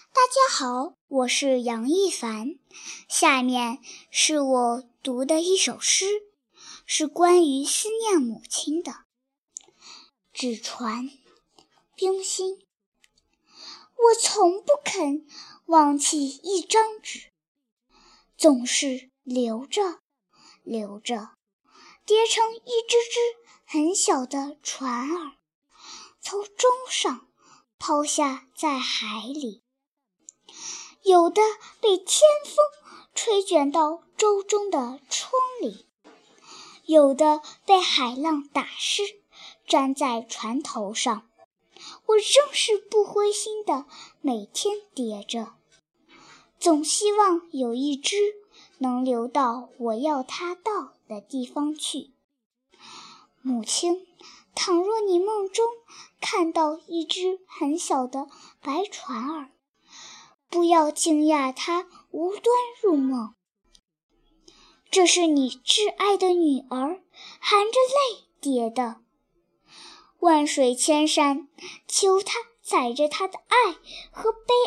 大家好，我是杨一凡，下面是我读的一首诗，是关于思念母亲的。纸船，冰心。我从不肯忘记一张纸，总是留着，叠成一只很小的船儿，从舟上抛下在海里。有的被天风吹卷到舟中的窗里，有的被海浪打湿，粘在船头上。我仍是不灰心的，每天叠着，总希望有一只能流到我要它到的地方去。母亲，倘若你梦中看到一只很小的白船儿，不要惊讶它无端入梦，这是你挚爱的女儿含着泪叠的。万水千山，求她载着她的爱和悲